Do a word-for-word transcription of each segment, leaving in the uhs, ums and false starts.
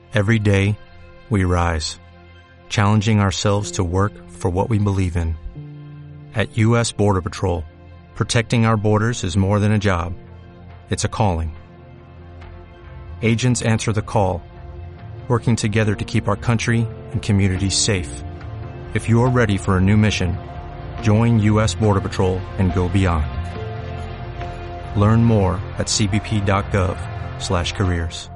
Every day, we rise, challenging ourselves to work for what we believe in. At U S Border Patrol, protecting our borders is more than a job. It's a calling. Agents answer the call, working together to keep our country and communities safe. If you're ready for a new mission, join U S Border Patrol and go beyond. Learn more at c b p dot gov slash careers.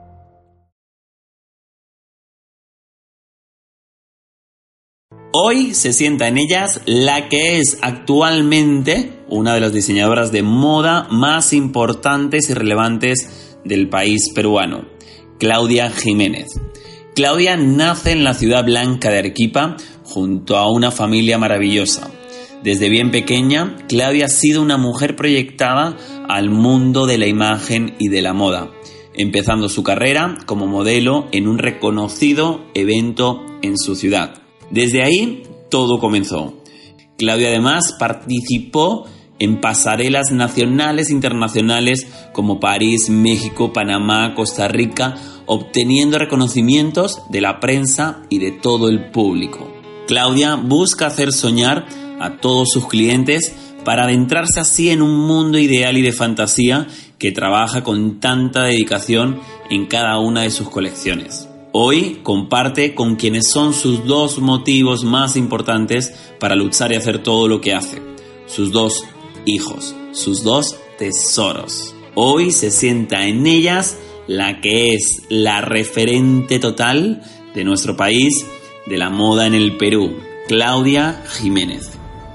Hoy se sienta en ellas la que es actualmente una de las diseñadoras de moda más importantes y relevantes del país peruano, Claudia Jiménez. Claudia nace en la ciudad blanca de Arequipa junto a una familia maravillosa. Desde bien pequeña, Claudia ha sido una mujer proyectada al mundo de la imagen y de la moda, empezando su carrera como modelo en un reconocido evento en su ciudad. Desde ahí, todo comenzó. Claudia además participó en pasarelas nacionales e internacionales como París, México, Panamá, Costa Rica, obteniendo reconocimientos de la prensa y de todo el público. Claudia busca hacer soñar a todos sus clientes para adentrarse así en un mundo ideal y de fantasía que trabaja con tanta dedicación en cada una de sus colecciones. Hoy comparte con quienes son sus dos motivos más importantes para luchar y hacer todo lo que hace. Sus dos hijos, sus dos tesoros. Hoy se sienta en ellas la que es la referente total de nuestro país, de la moda en el Perú, Claudia Jiménez.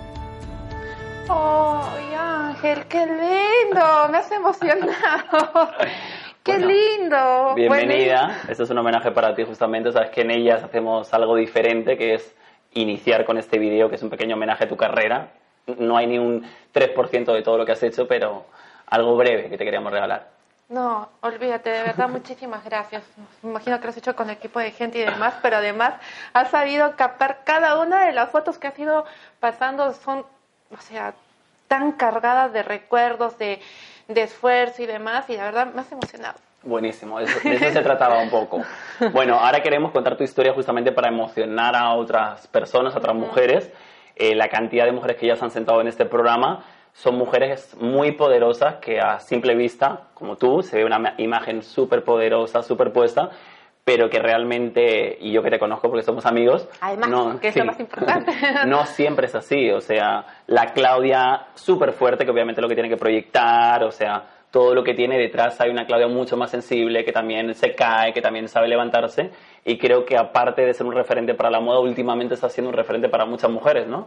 ¡Ay, Ángel, qué lindo! Me has emocionado. ¡Qué bueno, lindo! Bienvenida. Bueno, Esto es un homenaje para ti justamente. Sabes que en ellas hacemos algo diferente, que es iniciar con este vídeo, que es un pequeño homenaje a tu carrera. No hay ni un tres por ciento de todo lo que has hecho, pero algo breve que te queríamos regalar. No, olvídate, de verdad, muchísimas gracias. Me imagino que lo has hecho con equipo de gente y demás, pero además has sabido captar cada una de las fotos que has ido pasando. Son, o sea, tan cargadas de recuerdos, de... de esfuerzo y demás, y la verdad me has emocionado. Buenísimo, de eso, de eso se trataba un poco. Bueno, ahora queremos contar tu historia justamente para emocionar a otras personas, a otras mujeres. Eh, la cantidad de mujeres que ya se han sentado en este programa son mujeres muy poderosas que a simple vista, como tú, se ve una imagen súper poderosa, súper puesta, pero que realmente, y yo que te conozco porque somos amigos, además, no, que es sí, lo más importante. No siempre es así. O sea, la Claudia súper fuerte, que obviamente lo que tiene que proyectar, o sea, todo lo que tiene detrás, hay una Claudia mucho más sensible, que también se cae, que también sabe levantarse, y creo que aparte de ser un referente para la moda, últimamente está siendo un referente para muchas mujeres, ¿no?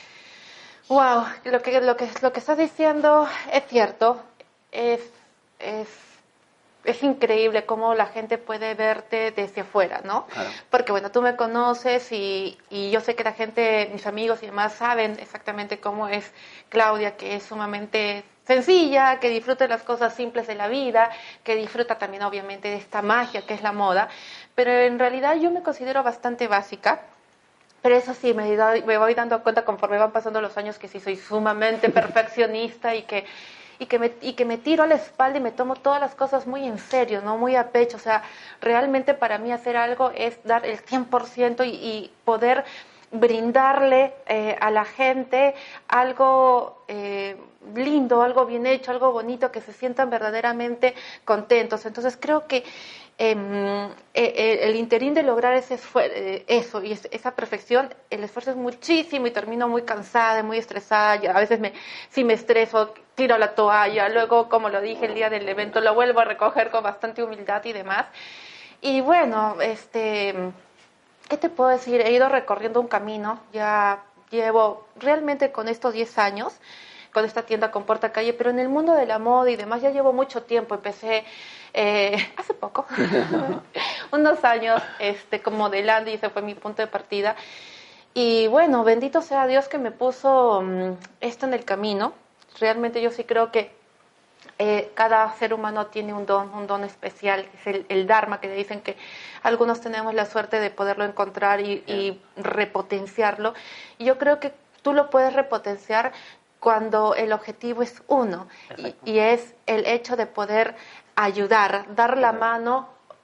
Wow, lo que, lo que, lo que estás diciendo es cierto, es... es Es increíble cómo la gente puede verte desde afuera, ¿no? Claro. Porque, bueno, tú me conoces y, y yo sé que la gente, mis amigos y demás, saben exactamente cómo es Claudia, que es sumamente sencilla, que disfruta de las cosas simples de la vida, que disfruta también, obviamente, de esta magia que es la moda. Pero en realidad yo me considero bastante básica. Pero eso sí, me, me voy dando cuenta conforme van pasando los años que sí soy sumamente perfeccionista y que... Y que, me, y que me tiro a la espalda y me tomo todas las cosas muy en serio, ¿no? Muy a pecho. O sea, realmente para mí hacer algo es dar el cien por ciento y, y poder brindarle eh, a la gente algo eh, lindo, algo bien hecho, algo bonito, que se sientan verdaderamente contentos. Entonces creo que eh, eh, el interín de lograr ese eh, eso y es, esa perfección, el esfuerzo es muchísimo y termino muy cansada, muy estresada. A veces me, si me estreso, tiro la toalla, luego, como lo dije el día del evento, lo vuelvo a recoger con bastante humildad y demás. Y bueno, este, ¿qué te puedo decir? He ido recorriendo un camino, ya llevo realmente con estos diez años, con esta tienda con Portacalle, pero en el mundo de la moda y demás ya llevo mucho tiempo. Empecé eh, hace poco, unos años, este, como modelando, y ese fue mi punto de partida. Y bueno, bendito sea Dios que me puso um, esto en el camino. Realmente yo sí creo que eh, cada ser humano tiene un don, un don especial, que es el, el Dharma, que dicen que algunos tenemos la suerte de poderlo encontrar y, y repotenciarlo. Y yo creo que tú lo puedes repotenciar cuando el objetivo es uno, y, y es el hecho de poder ayudar, dar la mano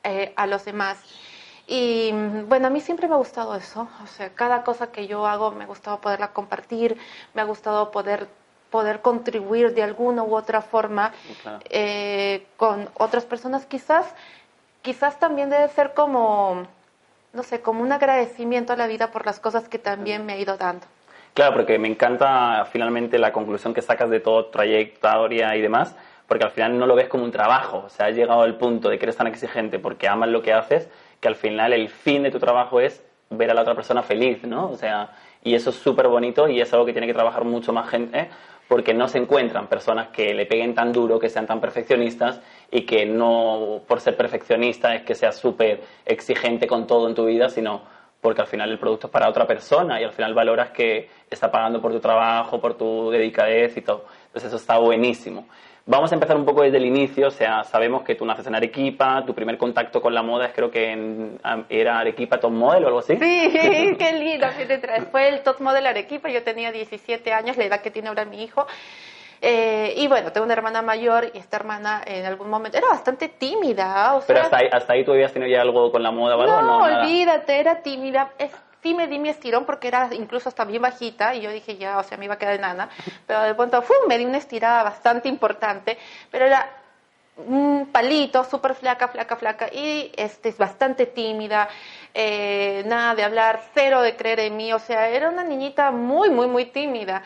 eh, a los demás. Y bueno, a mí siempre me ha gustado eso, o sea, cada cosa que yo hago me ha gustado poderla compartir, me ha gustado poder, poder contribuir de alguna u otra forma claro. eh, con otras personas. Quizás, quizás también debe ser como, no sé, como un agradecimiento a la vida por las cosas que también me ha ido dando. Claro, porque me encanta finalmente la conclusión que sacas de toda trayectoria y demás, porque al final no lo ves como un trabajo, o sea, has llegado al punto de que eres tan exigente porque amas lo que haces, que al final el fin de tu trabajo es ver a la otra persona feliz, ¿no? O sea, y eso es súper bonito y es algo que tiene que trabajar mucho más gente, porque no se encuentran personas que le peguen tan duro, que sean tan perfeccionistas y que no, por ser perfeccionista, es que seas súper exigente con todo en tu vida, sino porque al final el producto es para otra persona y al final valoras que está pagando por tu trabajo, por tu dedicadez y todo. Entonces eso está buenísimo. Vamos a empezar un poco desde el inicio, o sea, sabemos que tú naces en Arequipa, tu primer contacto con la moda es creo que en, era Arequipa Top Model o algo así. Sí, qué lindo. Fue el Top Model Arequipa, yo tenía diecisiete años, la edad que tiene ahora mi hijo. Eh, y bueno, tengo una hermana mayor y esta hermana en algún momento era bastante tímida. O sea, pero hasta ahí, hasta ahí tú habías tenido ya algo con la moda o algo, no, no, olvídate, era tímida. Es, sí me di mi estirón porque era incluso hasta bien bajita y yo dije ya, o sea, me iba a quedar enana. Pero de pronto, ¡fum!, me di una estirada bastante importante, pero era un palito, súper flaca, flaca, flaca y este, es bastante tímida, eh, nada de hablar, cero de creer en mí, o sea, era una niñita muy, muy, muy tímida.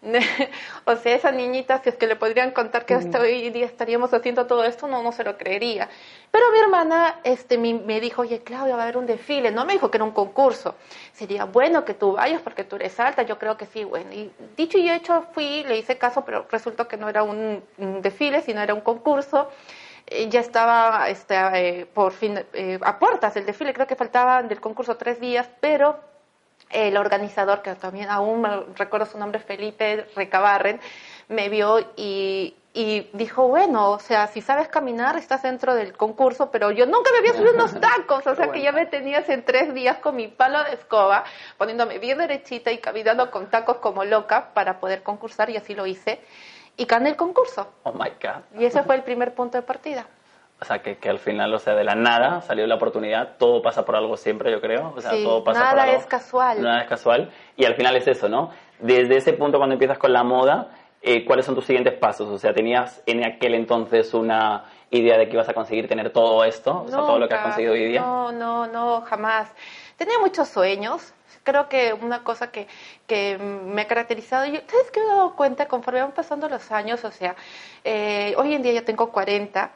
O sea, esa niñita, si es que le podrían contar que hasta hoy día estaríamos haciendo todo esto, no, no se lo creería. Pero mi hermana este, me, me dijo, oye, Claudia, va a haber un desfile. No me dijo que era un concurso. Sería bueno que tú vayas porque tú eres alta. Yo creo que sí, bueno. Y dicho y hecho, fui, le hice caso, pero resultó que no era un, un desfile, sino era un concurso. Eh, ya estaba este, eh, por fin eh, a puertas del desfile. Creo que faltaban del concurso tres días, pero el organizador, que también aún me recuerdo su nombre, Felipe Recabarren, me vio y, y dijo, bueno, o sea, si sabes caminar, estás dentro del concurso, pero yo nunca me había subido unos tacos, o sea, que ya me tenías en tres días con mi palo de escoba, poniéndome bien derechita y caminando con tacos como loca para poder concursar, y así lo hice, y gané el concurso. Oh my God. Y ese fue el primer punto de partida. O sea, que, que al final, o sea, de la nada salió la oportunidad, todo pasa por algo siempre, yo creo. O sea, sí, todo pasa nada por algo. es casual. Nada es casual. Y al final es eso, ¿no? Desde ese punto, cuando empiezas con la moda, eh, ¿cuáles son tus siguientes pasos? O sea, ¿tenías en aquel entonces una idea de que ibas a conseguir tener todo esto? O sea, Nunca, todo lo que has conseguido hoy día. No, no, no, jamás. Tenía muchos sueños. Creo que una cosa que, que me ha caracterizado, yo, ¿sabes qué me he dado cuenta conforme van pasando los años? O sea, eh, hoy en día ya tengo cuarenta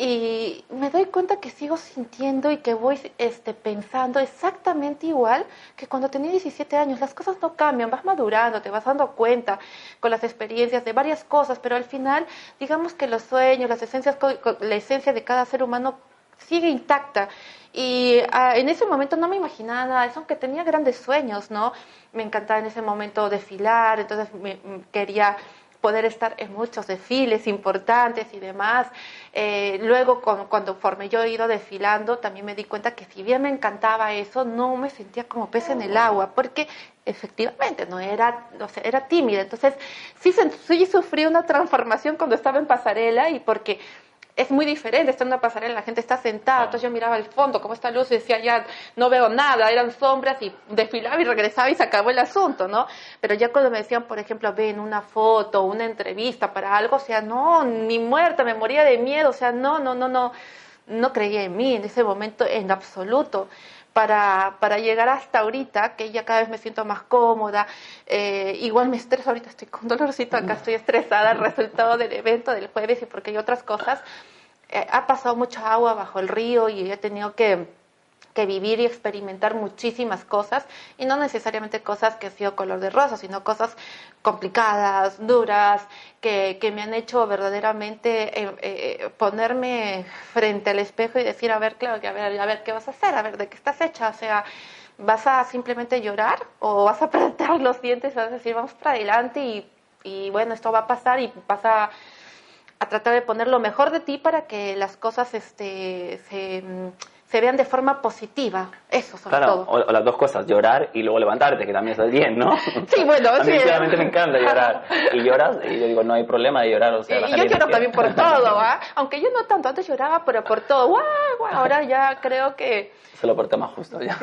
y me doy cuenta que sigo sintiendo y que voy este, pensando exactamente igual que cuando tenía diecisiete años. Las cosas no cambian, vas madurando, te vas dando cuenta con las experiencias de varias cosas, pero al final, digamos que los sueños, las esencias, la esencia de cada ser humano sigue intacta. Y uh, en ese momento no me imaginaba nada de eso, aunque tenía grandes sueños, ¿no? Me encantaba en ese momento desfilar, entonces me, me quería poder estar en muchos desfiles importantes y demás. Eh, luego, con, cuando conforme yo he ido desfilando, también me di cuenta que si bien me encantaba eso, no me sentía como pez en el agua, porque efectivamente no era, o sea, era tímida. Entonces, sí, sí sufrí una transformación cuando estaba en pasarela y porque es muy diferente estar en una pasarela, la gente está sentada, entonces yo miraba al fondo, como esta luz, y decía, ya no veo nada, eran sombras, y desfilaba y regresaba y se acabó el asunto, ¿no? Pero ya cuando me decían, por ejemplo, ven una foto, una entrevista para algo, o sea, no, ni muerta, me moría de miedo, o sea, no, no, no, no, no creía en mí en ese momento en absoluto. Para, para llegar hasta ahorita, que ya cada vez me siento más cómoda, eh, igual me estreso, ahorita estoy con dolorcito acá, estoy estresada, el resultado del evento del jueves y porque hay otras cosas, eh, ha pasado mucha agua bajo el río y he tenido que, que vivir y experimentar muchísimas cosas, y no necesariamente cosas que han sido color de rosa, sino cosas complicadas, duras, que, que me han hecho verdaderamente eh, eh, ponerme frente al espejo y decir, a ver, Claudia, a ver, a ver, ¿qué vas a hacer? A ver, ¿de qué estás hecha? O sea, ¿vas a simplemente llorar o vas a apretar los dientes y vas a decir, vamos para adelante y, y bueno, esto va a pasar y vas a, a tratar de poner lo mejor de ti para que las cosas este, se, se vean de forma positiva, eso sobre claro, todo. O, o las dos cosas, llorar y luego levantarte, que también está bien, ¿no? Sí, bueno, a mí sí. sinceramente me encanta llorar. Y lloras, y yo digo, no hay problema de llorar. O sea, Y la yo gente lloro dice, también por todo, ¿ah? Aunque yo no tanto, antes lloraba, pero por todo. ¡Guau, guau! Ahora ya creo que... Solo por temas justos ya. Sí,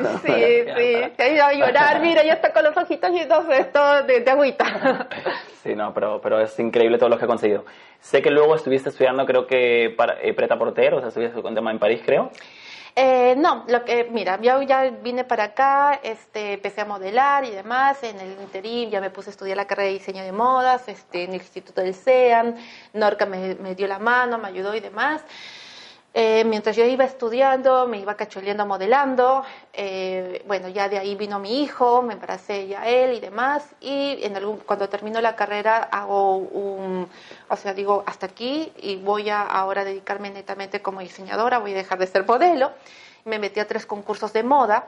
sí, que ha ido a llorar, mira, ya está con los ojitos y todo esto de, de agüita. Sí, no, pero, pero es increíble todo lo que he conseguido. Sé que luego estuviste estudiando, creo que para, eh, Pret-a-Porter, o sea, estuviste con tema en París, creo. Eh, no, lo que, mira, yo ya vine para acá, este, empecé a modelar y demás, en el interín ya me puse a estudiar la carrera de diseño de modas, este, en el Instituto del SEAN, Norca me, me dio la mano, me ayudó y demás. Eh, mientras yo iba estudiando, me iba cacholeando modelando, eh, bueno, ya de ahí vino mi hijo, me embaracé ya él y demás, y en algún, cuando termino la carrera hago un, o sea, digo, hasta aquí, y voy a ahora dedicarme netamente como diseñadora, voy a dejar de ser modelo. Me metí a tres concursos de moda,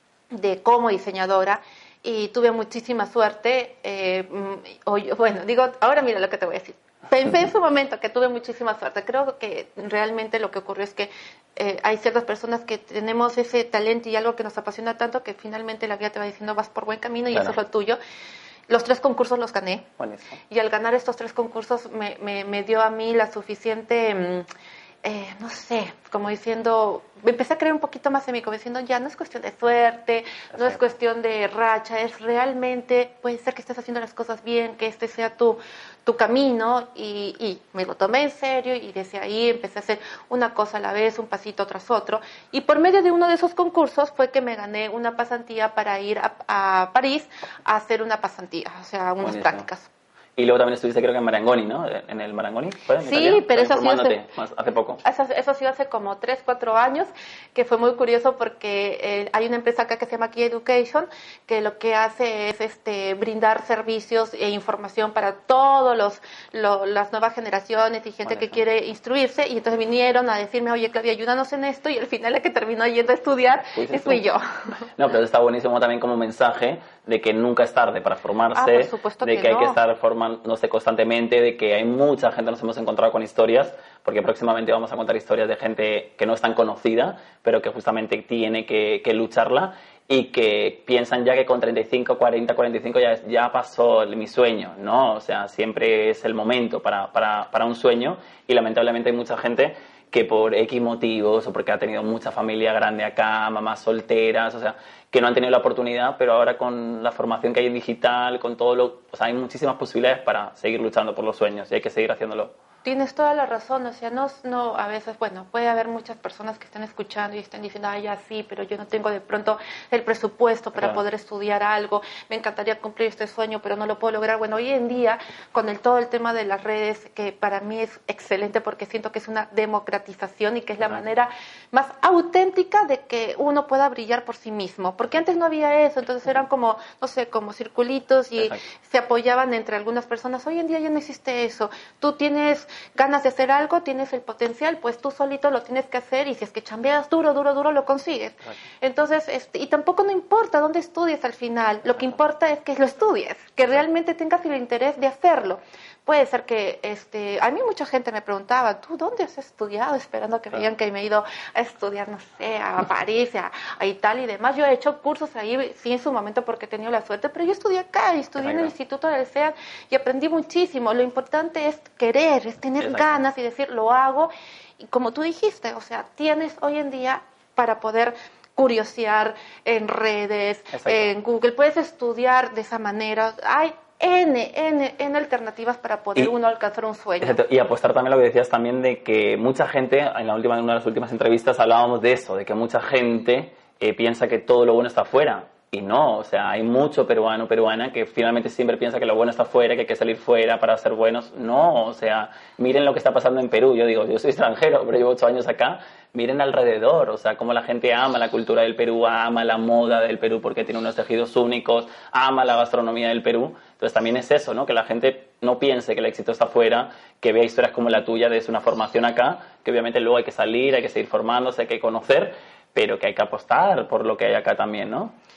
de como diseñadora, y tuve muchísima suerte, eh, bueno, digo, ahora mira lo que te voy a decir. Pensé en su momento que tuve muchísima suerte. Creo que realmente lo que ocurrió es que eh, hay ciertas personas que tenemos ese talento y algo que nos apasiona tanto que finalmente la vida te va diciendo vas por buen camino y claro. eso es lo tuyo. Los tres concursos los gané. Buenísimo. Y al ganar estos tres concursos me, me, me dio a mí la suficiente... Eh, no sé, como diciendo, me empecé a creer un poquito más en mí, como diciendo, ya no es cuestión de suerte, no es cuestión de racha, es realmente, puede ser que estés haciendo las cosas bien, que este sea tu, tu camino, y, y me lo tomé en serio, y desde ahí empecé a hacer una cosa a la vez, un pasito tras otro, y por medio de uno de esos concursos fue que me gané una pasantía para ir a, a París a hacer una pasantía, o sea, unas Buenísimo. prácticas. Y luego también estuviste creo que en Marangoni, ¿no? En el Marangoni, ¿fue? Sí, Italia, pero eso sí hace, más, hace poco. Eso, eso sí hace como tres, cuatro años, que fue muy curioso porque eh, hay una empresa acá que se llama Key Education, que lo que hace es este brindar servicios e información para todos los, lo, las nuevas generaciones y gente bueno, que eso. quiere instruirse, y entonces vinieron a decirme, oye Claudia, ayúdanos en esto, y al final la que terminó yendo a estudiar fui yo. No, pero está buenísimo también como mensaje de que nunca es tarde para formarse, ah, por supuesto de que, que hay no. que estar formándose constantemente, de que hay mucha gente, nos hemos encontrado con historias, porque próximamente vamos a contar historias de gente que no es tan conocida, pero que justamente tiene que, que lucharla y que piensan ya que con treinta y cinco, cuarenta, cuarenta y cinco ya, ya pasó mi sueño, ¿no? O sea, siempre es el momento para, para, para un sueño, y lamentablemente hay mucha gente que por X motivos o porque ha tenido mucha familia grande acá, mamás solteras, o sea, que no han tenido la oportunidad, pero ahora con la formación que hay digital, con todo lo... O sea, hay muchísimas posibilidades para seguir luchando por los sueños y hay que seguir haciéndolo. Tienes toda la razón, o sea, no, no, a veces, bueno, puede haber muchas personas que estén escuchando y estén diciendo, ah, ya sí, pero yo no tengo de pronto el presupuesto para claro. poder estudiar algo, me encantaría cumplir este sueño, pero no lo puedo lograr. Bueno, hoy en día, con el, todo el tema de las redes, que para mí es excelente porque siento que es una democratización y que es la claro. manera más auténtica de que uno pueda brillar por sí mismo, porque antes no había eso, entonces eran como, no sé, como circulitos y Exacto. se apoyaban entre algunas personas. Hoy en día ya no existe eso, tú tienes ganas de hacer algo, tienes el potencial, pues tú solito lo tienes que hacer, y si es que chambeas duro, duro, duro, lo consigues. Claro. Entonces, este, y tampoco no importa dónde estudies al final, lo que importa es que lo estudies, que realmente tengas el interés de hacerlo. Puede ser que, este, a mí mucha gente me preguntaba, ¿tú dónde has estudiado? Esperando que vean que me he ido a estudiar, no sé, a París, a, a Italia y demás. Yo he hecho cursos ahí, sí, en su momento porque he tenido la suerte, pero yo estudié acá, y estudié en el Instituto del SEAN y aprendí muchísimo. Lo importante es querer, es tener Exacto. ganas y decir, lo hago. Y como tú dijiste, o sea, tienes hoy en día para poder curiosear en redes, Exacto. en Google, puedes estudiar de esa manera. Hay N, N, N alternativas para poder y, uno alcanzar un sueño. Exacto. Y apostar también lo que decías también de que mucha gente, en, la última, en una de las últimas entrevistas hablábamos de eso, de que mucha gente eh, piensa que todo lo bueno está afuera. Y no, o sea, hay mucho peruano, peruana que finalmente siempre piensa que lo bueno está fuera, que hay que salir fuera para ser buenos. No, o sea, miren lo que está pasando en Perú. Yo digo, yo soy extranjero, pero llevo ocho años acá. Miren alrededor, o sea, cómo la gente ama la cultura del Perú, ama la moda del Perú porque tiene unos tejidos únicos, ama la gastronomía del Perú. Entonces también es eso, ¿no? Que la gente no piense que el éxito está afuera, que vea historias como la tuya de una formación acá, que obviamente luego hay que salir, hay que seguir formándose, hay que conocer, pero que hay que apostar por lo que hay acá también, ¿no?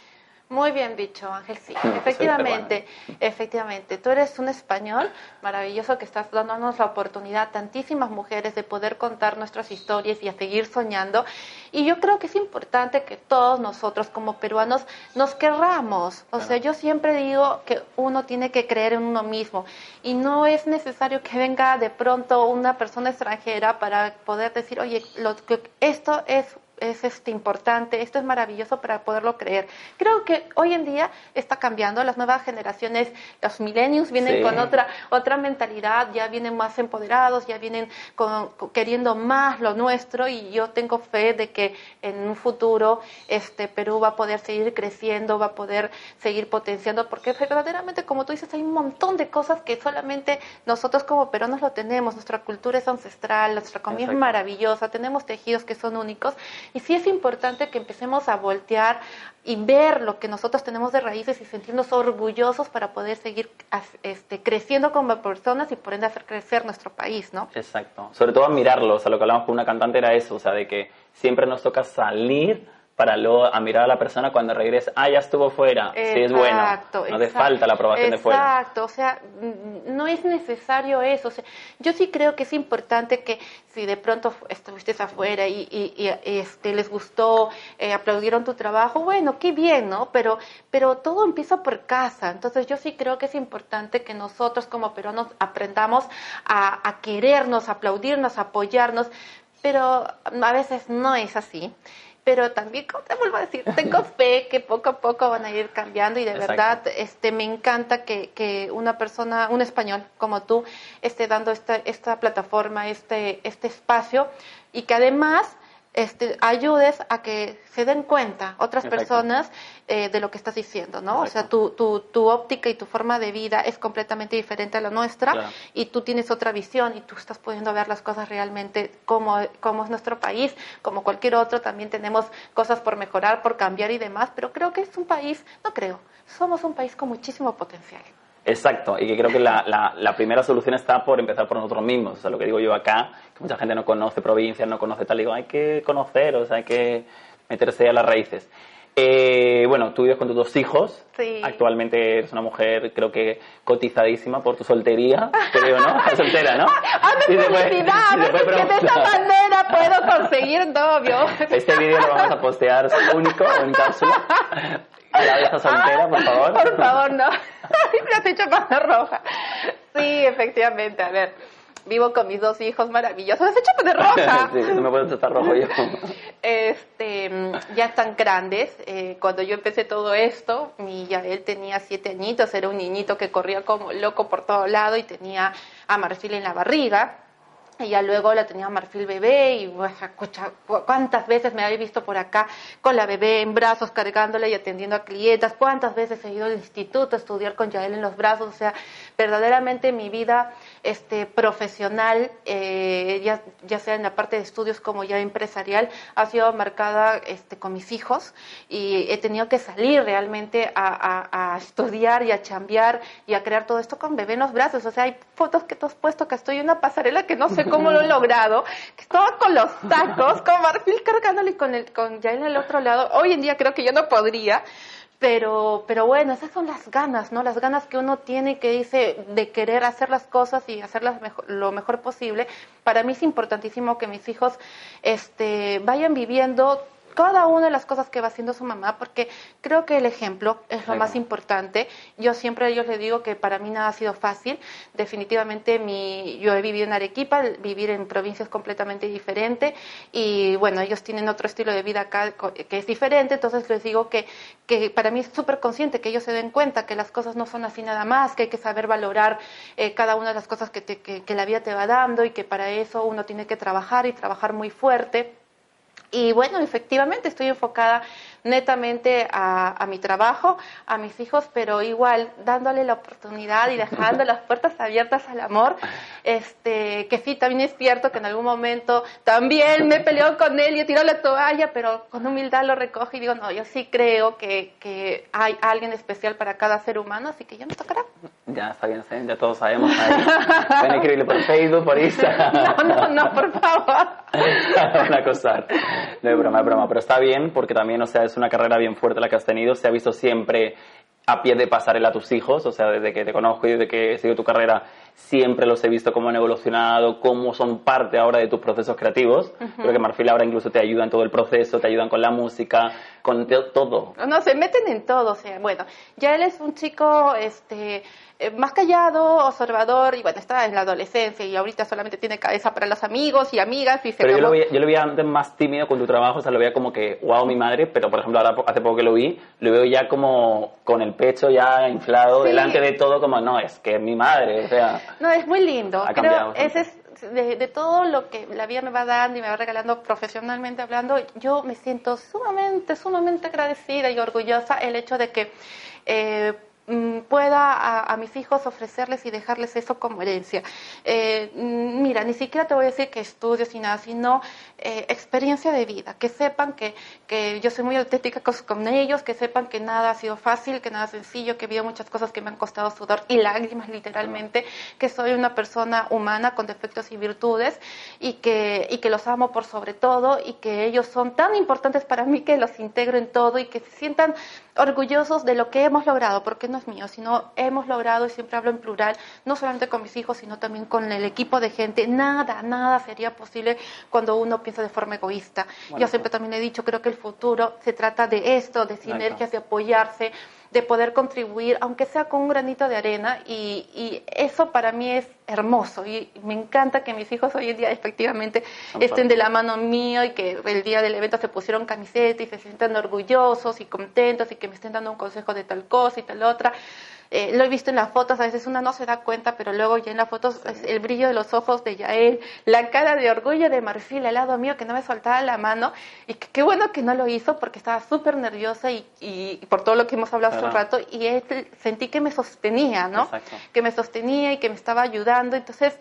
Muy bien dicho, Ángel, sí, efectivamente, efectivamente. Tú eres un español maravilloso que estás dándonos la oportunidad a tantísimas mujeres de poder contar nuestras historias y a seguir soñando. Y yo creo que es importante que todos nosotros como peruanos nos querramos. O sea, yo siempre digo que uno tiene que creer en uno mismo y no es necesario que venga de pronto una persona extranjera para poder decir, oye, lo que esto es es este importante, esto es maravilloso para poderlo creer. Creo que hoy en día está cambiando, las nuevas generaciones, los millennials vienen sí. con otra otra mentalidad, ya vienen más empoderados, ya vienen con, con, queriendo más lo nuestro, y yo tengo fe de que en un futuro este Perú va a poder seguir creciendo, va a poder seguir potenciando, porque verdaderamente, como tú dices, hay un montón de cosas que solamente nosotros como peruanos lo tenemos. Nuestra cultura es ancestral, nuestra comida Exacto. es maravillosa, tenemos tejidos que son únicos. Y sí es importante que empecemos a voltear y ver lo que nosotros tenemos de raíces y sentirnos orgullosos para poder seguir este, creciendo como personas y por ende hacer crecer nuestro país, ¿no? Exacto. Sobre todo admirarlo. O sea, lo que hablamos con una cantante era eso, o sea, de que siempre nos toca salir para luego admirar a la persona cuando regresa. Ah, ya estuvo fuera. Exacto, sí, es bueno. No te falta la aprobación exacto, de fuera. Exacto. O sea, no es necesario eso. O sea, yo sí creo que es importante que si de pronto estuviste afuera y, y, y este, les gustó, eh, aplaudieron tu trabajo, bueno, qué bien, ¿no? Pero, pero todo empieza por casa. Entonces yo sí creo que es importante que nosotros como peruanos aprendamos a, a querernos, a aplaudirnos, a apoyarnos, pero a veces no es así. Pero también, como te vuelvo a decir, tengo fe que poco a poco van a ir cambiando y de Exacto. verdad este, me encanta que, que una persona, un español como tú, esté dando esta, esta plataforma, este, este espacio, y que además este, ayudes a que se den cuenta otras Exacto. personas eh, de lo que estás diciendo, ¿no? Exacto. O sea, tu, tu, tu óptica y tu forma de vida es completamente diferente a la nuestra, claro. y tú tienes otra visión y tú estás pudiendo ver las cosas realmente como, como es nuestro país, como cualquier otro. También tenemos cosas por mejorar, por cambiar y demás, pero creo que es un país, no creo, somos un país con muchísimo potencial. Exacto, y que creo que la, la, la primera solución está por empezar por nosotros mismos. O sea, lo que digo yo acá, que mucha gente no conoce provincias, no conoce tal, digo, hay que conocer, o sea, hay que meterse a las raíces. Eh, bueno, tú vives con tus dos hijos. Sí. Actualmente eres una mujer, creo que cotizadísima por tu soltería, creo, ¿no? Estás soltera, ¿no? ¡Ah, no, publicidad! Si que de esta manera puedo conseguir novio. Este vídeo lo vamos a postear único, en cápsula. Claudia está soltera, por favor. Por favor, no. Me has hecho poner roja. Sí, efectivamente, a ver. Vivo con mis dos hijos maravillosos. Me has hecho poner roja. Sí, no me puedo estar rojo yo. Este, ya están grandes. Eh, cuando yo empecé todo esto, mi Yael tenía siete añitos. Era un niñito que corría como loco por todo lado y tenía a Marfil en la barriga. Y ya luego la tenía Marfil bebé y cuántas veces me había visto por acá con la bebé en brazos cargándola y atendiendo a clientas, cuántas veces he ido al instituto a estudiar con Yael en los brazos. O sea, verdaderamente mi vida este, profesional, eh, ya, ya sea en la parte de estudios como ya empresarial, ha sido marcada este, con mis hijos, y he tenido que salir realmente a, a, a estudiar y a chambear y a crear todo esto con bebé en los brazos. O sea, hay fotos que tú has puesto que estoy en una pasarela que no sé cómo lo he logrado, que estaba con los tacos, con Marfil cargándole y con, el, con Yael en el otro lado. Hoy en día creo que yo no podría, pero, pero bueno, esas son las ganas, ¿no? Las ganas que uno tiene, que dice, de querer hacer las cosas y hacerlas mejor, lo mejor posible. Para mí es importantísimo que mis hijos este, vayan viviendo cada una de las cosas que va haciendo su mamá, porque creo que el ejemplo es lo más importante. Yo siempre a ellos les digo que para mí nada ha sido fácil. Definitivamente mi, yo he vivido en Arequipa, vivir en provincias completamente diferente, y bueno, ellos tienen otro estilo de vida acá que es diferente. Entonces les digo que, que para mí es súper consciente, que ellos se den cuenta que las cosas no son así nada más, que hay que saber valorar eh, cada una de las cosas que, te, que, que la vida te va dando, y que para eso uno tiene que trabajar y trabajar muy fuerte. Y bueno, efectivamente estoy enfocada netamente a, a mi trabajo, a mis hijos, pero igual dándole la oportunidad y dejando las puertas abiertas al amor. Este, que sí, también es cierto que en algún momento también me peleó con él y he tirado la toalla, pero con humildad lo recojo y digo, no, yo sí creo que, que hay alguien especial para cada ser humano, así que ya me tocará. Ya está bien, ya todos sabemos. Ahí. Pueden escribirle por Facebook, por Instagram. No, no, no, por favor. Van a acosar. No es broma, es broma, pero está bien, porque también, o sea, es una carrera bien fuerte la que has tenido. ¿Se ha visto siempre a pie de pasarela a tus hijos? O sea, desde que te conozco y desde que he seguido tu carrera, siempre los he visto cómo han evolucionado, cómo son parte ahora de tus procesos creativos. Uh-huh. Creo que Marfil ahora incluso te ayuda en todo el proceso, te ayudan con la música, con te- todo. No, se meten en todo. O sea, bueno, ya él es un chico este, eh, más callado, observador, y bueno, está en la adolescencia y ahorita solamente tiene cabeza para los amigos y amigas. Y se pero yo acabó. lo, veía, yo lo veía antes más tímido con tu trabajo, o sea, lo veía como que, wow, mi madre, pero por ejemplo, ahora hace poco que lo vi, lo veo ya como con el pecho ya inflado, sí, delante de todo, como, no, es que es mi madre, o sea... No, es muy lindo. Ha Creo ese es de, de todo lo que la vida me va dando y me va regalando profesionalmente hablando, yo me siento sumamente, sumamente agradecida y orgullosa el hecho de que eh, pueda a, a mis hijos ofrecerles y dejarles eso como herencia. Eh, mira, ni siquiera te voy a decir que estudios y nada, sino eh, experiencia de vida, que sepan que, que yo soy muy auténtica con, con ellos, que sepan que nada ha sido fácil, que nada es sencillo, que he vivido muchas cosas que me han costado sudor y lágrimas literalmente, que soy una persona humana con defectos y virtudes y que, y que los amo por sobre todo y que ellos son tan importantes para mí que los integro en todo y que se sientan orgullosos de lo que hemos logrado, porque no es mío, sino hemos logrado, y siempre hablo en plural, no solamente con mis hijos, sino también con el equipo de gente. Nada, nada sería posible cuando uno piensa de forma egoísta. Bueno, yo siempre también he dicho, creo que el futuro se trata de esto, de sinergias, de apoyarse, de poder contribuir, aunque sea con un granito de arena, y, y eso para mí es hermoso, y me encanta que mis hijos hoy en día efectivamente estén de la mano mío y que el día del evento se pusieron camiseta y se sientan orgullosos y contentos y que me estén dando un consejo de tal cosa y tal otra. Eh, lo he visto en las fotos, a veces una no se da cuenta, pero luego ya en las fotos es el brillo de los ojos de Yael, la cara de orgullo de Marfil al lado mío que no me soltaba la mano, y que, qué bueno que no lo hizo porque estaba súper nerviosa y, y, y por todo lo que hemos hablado hace un rato, y él, sentí que me sostenía, ¿no? Exacto. Que me sostenía y que me estaba ayudando. Entonces,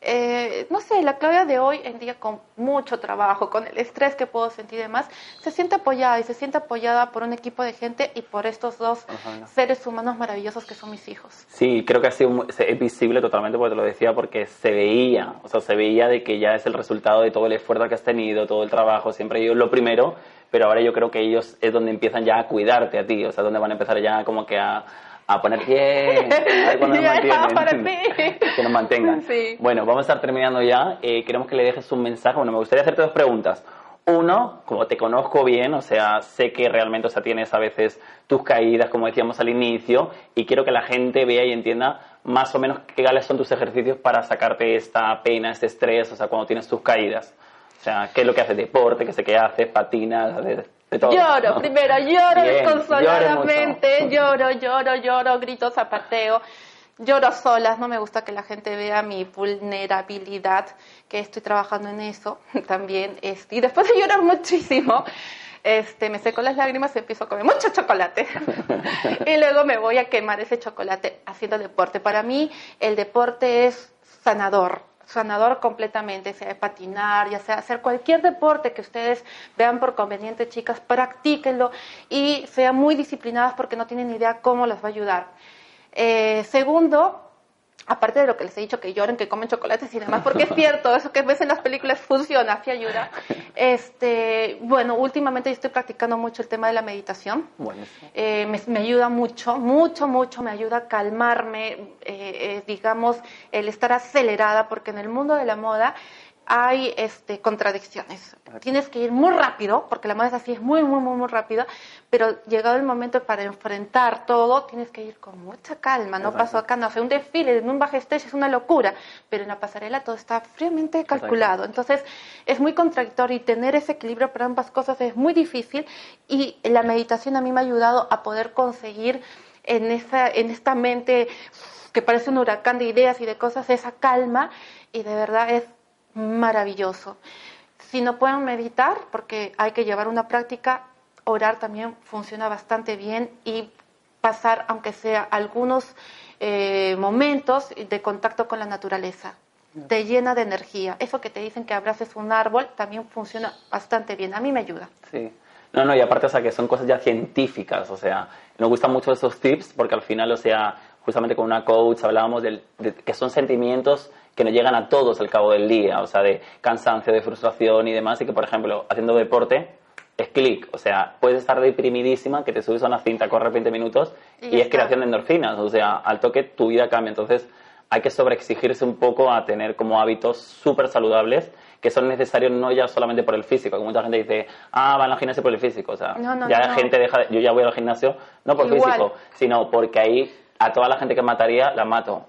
eh, no sé, la Claudia de hoy en día, con mucho trabajo, con el estrés que puedo sentir y demás, se siente apoyada, y se siente apoyada por un equipo de gente y por estos dos Ajá. seres humanos maravillosos que son mis hijos. Sí, creo que ha sido muy, es visible totalmente, porque te lo decía, porque se veía, o sea, se veía de que ya es el resultado de todo el esfuerzo que has tenido, todo el trabajo, siempre ellos lo primero, pero ahora yo creo que ellos es donde empiezan ya a cuidarte a ti, o sea, donde van a empezar ya como que a, a poner bien, a ver cuándo nos mantienen, que nos mantengan. Sí. Bueno, vamos a estar terminando ya, eh, queremos que le dejes un mensaje. Bueno, me gustaría hacerte dos preguntas. Uno, como te conozco bien, o sea, sé que realmente, o sea, tienes a veces tus caídas, como decíamos al inicio, y quiero que la gente vea y entienda más o menos qué cuáles son tus ejercicios para sacarte esta pena, este estrés, o sea, cuando tienes tus caídas. O sea, qué es lo que haces, deporte, qué sé qué haces, patinas, de, de todo. Lloro, ¿no? Primero, lloro bien, desconsoladamente, lloro, lloro, lloro, grito, zapateo. Lloro solas, no me gusta que la gente vea mi vulnerabilidad, que estoy trabajando en eso también. Este, y después de llorar muchísimo, este, me seco las lágrimas y empiezo a comer mucho chocolate. Y luego me voy a quemar ese chocolate haciendo deporte. Para mí el deporte es sanador. sanador completamente, sea patinar, ya sea hacer cualquier deporte que ustedes vean por conveniente, chicas, practíquenlo y sean muy disciplinadas porque no tienen ni idea cómo les va a ayudar. Eh, segundo, aparte de lo que les he dicho, que lloren, que comen chocolates y demás, porque es cierto, eso que ves en las películas funciona, sí ayuda. Este, bueno, últimamente yo estoy practicando mucho el tema de la meditación. Eh, me, me ayuda mucho, mucho, mucho, me ayuda a calmarme, eh, eh, digamos, el estar acelerada, porque en el mundo de la moda hay este, contradicciones. Tienes que ir muy rápido, porque la moda es así, es muy, muy, muy, muy rápida, pero llegado el momento para enfrentar todo, tienes que ir con mucha calma. No pasó acá, no, o sea, un desfile en un backstage es una locura, pero en la pasarela todo está fríamente calculado. Entonces, es muy contradictorio y tener ese equilibrio para ambas cosas es muy difícil, y la meditación a mí me ha ayudado a poder conseguir en, esa, en esta mente que parece un huracán de ideas y de cosas, esa calma, y de verdad es maravilloso. Si no pueden meditar, porque hay que llevar una práctica, orar también funciona bastante bien, y pasar, aunque sea algunos eh, momentos de contacto con la naturaleza. Te llena de energía. Eso que te dicen que abraces un árbol también funciona bastante bien. A mí me ayuda. Sí. No, no, y aparte, o sea, que son cosas ya científicas, o sea, nos gustan mucho esos tips porque al final, o sea, justamente con una coach hablábamos de, de que son sentimientos que nos llegan a todos al cabo del día, o sea, de cansancio, de frustración y demás, y que, por ejemplo, haciendo deporte, es clic. O sea, puedes estar deprimidísima, que te subes a una cinta, corres veinte minutos y, y es creación de endorfinas. O sea, al toque tu vida cambia. Entonces, hay que sobreexigirse un poco a tener como hábitos súper saludables que son necesarios no ya solamente por el físico, que mucha gente dice, ah, van al gimnasio por el físico, o sea, no, no, ya no, la gente deja, yo ya voy al gimnasio no por Igual. físico, sino porque ahí a toda la gente que mataría la mato.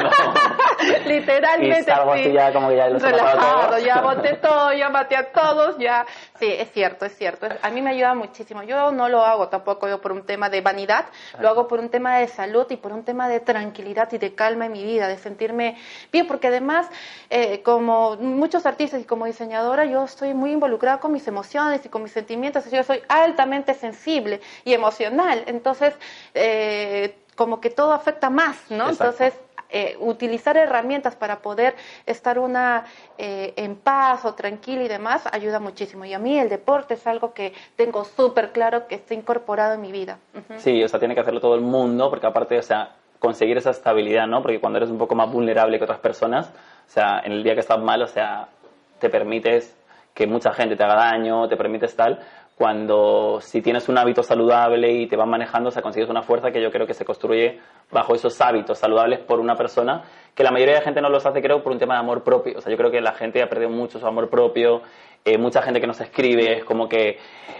Literalmente, y salgo así sí. ya como que ya los he matado a Relajado, todos. ya boté todo, ya maté a todos, ya. Sí, es cierto, es cierto. A mí me ayuda muchísimo. Yo no lo hago tampoco yo por un tema de vanidad, lo hago por un tema de salud y por un tema de tranquilidad y de calma en mi vida, de sentirme bien, porque además, eh, como muchos artistas y como diseñadora, yo estoy muy involucrada con mis emociones y con mis sentimientos. Yo soy altamente sensible y emocional. Entonces, eh, como que todo afecta más, ¿no? Exacto. Entonces, eh, utilizar herramientas para poder estar una eh, en paz o tranquila y demás ayuda muchísimo. Y a mí el deporte es algo que tengo súper claro que está incorporado en mi vida. Uh-huh. Sí, o sea, tiene que hacerlo todo el mundo, porque aparte, o sea, conseguir esa estabilidad, ¿no? Porque cuando eres un poco más vulnerable que otras personas, o sea, en el día que estás mal, o sea, te permites que mucha gente te haga daño, te permites tal, cuando si tienes un hábito saludable y te van manejando, o sea, consigues una fuerza que yo creo que se construye bajo esos hábitos saludables por una persona, que la mayoría de gente no los hace, creo, por un tema de amor propio. O sea, yo creo que la gente ha perdido mucho su amor propio, eh, mucha gente que nos escribe es como que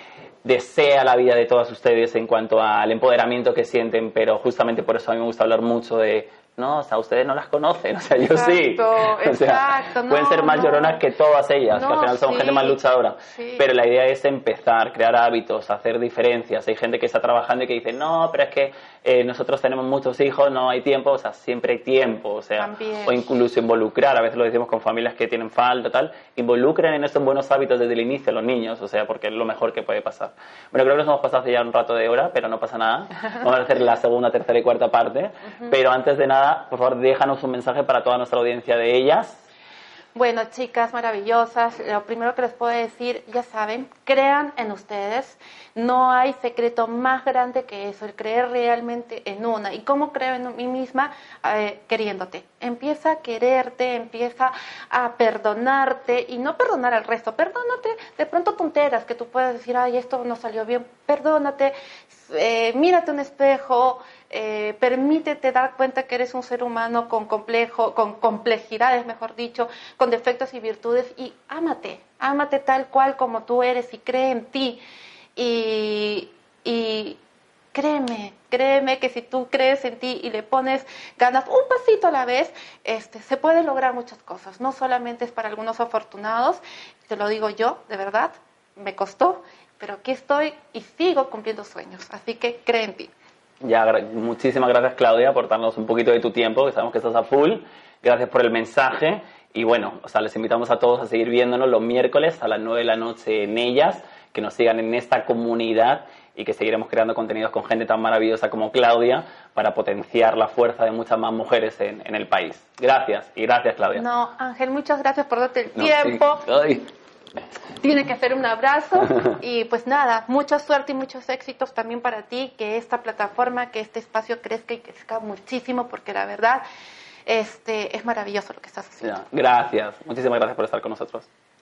desea la vida de todas ustedes en cuanto al empoderamiento que sienten, pero justamente por eso a mí me gusta hablar mucho de no, o sea, ustedes no las conocen, o sea, yo exacto, sí. O sea, exacto, no, pueden ser más no. lloronas que todas ellas, No, que al final son sí, gente más luchadora. sí. Pero la idea es empezar, crear hábitos, hacer diferencias. Hay gente que está trabajando y que dice, no, pero es que eh, nosotros tenemos muchos hijos, no hay tiempo, o sea, siempre hay tiempo, o sea, También. o incluso involucrar, a veces lo decimos con familias que tienen falta, tal, involucren en estos buenos hábitos desde el inicio a los niños, o sea, porque es lo mejor que puede pasar. Bueno, creo que nos hemos pasado hace ya un rato de hora, pero no pasa nada. Vamos a hacer la segunda, tercera y cuarta parte, uh-huh. Pero antes de nada, por favor, deja un mensaje para toda nuestra audiencia de ellas. Bueno, chicas maravillosas, lo primero que les puedo decir, ya saben, crean en ustedes. No hay secreto más grande que eso, el creer realmente en una. ¿Y cómo creo en mí misma? Eh, queriéndote. Empieza a quererte, empieza a perdonarte y no perdonar al resto. Perdónate de pronto tonteras que tú puedes decir, ay, esto no salió bien. Perdónate, eh, mírate un espejo. Eh, permítete dar cuenta que eres un ser humano con complejo, con complejidades, mejor dicho, con defectos y virtudes, y ámate, ámate tal cual como tú eres y cree en ti. Y, y créeme, créeme que si tú crees en ti y le pones ganas un pasito a la vez, este, se pueden lograr muchas cosas. No solamente es para algunos afortunados, te lo digo yo, de verdad, me costó, pero aquí estoy y sigo cumpliendo sueños, así que cree en ti. Ya, muchísimas gracias, Claudia, por darnos un poquito de tu tiempo, que sabemos que estás a full. Gracias por el mensaje. Y bueno, o sea, les invitamos a todos a seguir viéndonos los miércoles a las nueve de la noche en Ellas, que nos sigan en esta comunidad y que seguiremos creando contenidos con gente tan maravillosa como Claudia para potenciar la fuerza de muchas más mujeres en, en el país. Gracias, y gracias, Claudia. No, Ángel, muchas gracias por darte el No, tiempo. Sí. Ay. Tiene que ser un abrazo y pues nada, mucha suerte y muchos éxitos también para ti, que esta plataforma, que este espacio crezca y crezca muchísimo, porque la verdad este, es maravilloso lo que estás haciendo. Ya, gracias, muchísimas gracias por estar con nosotros.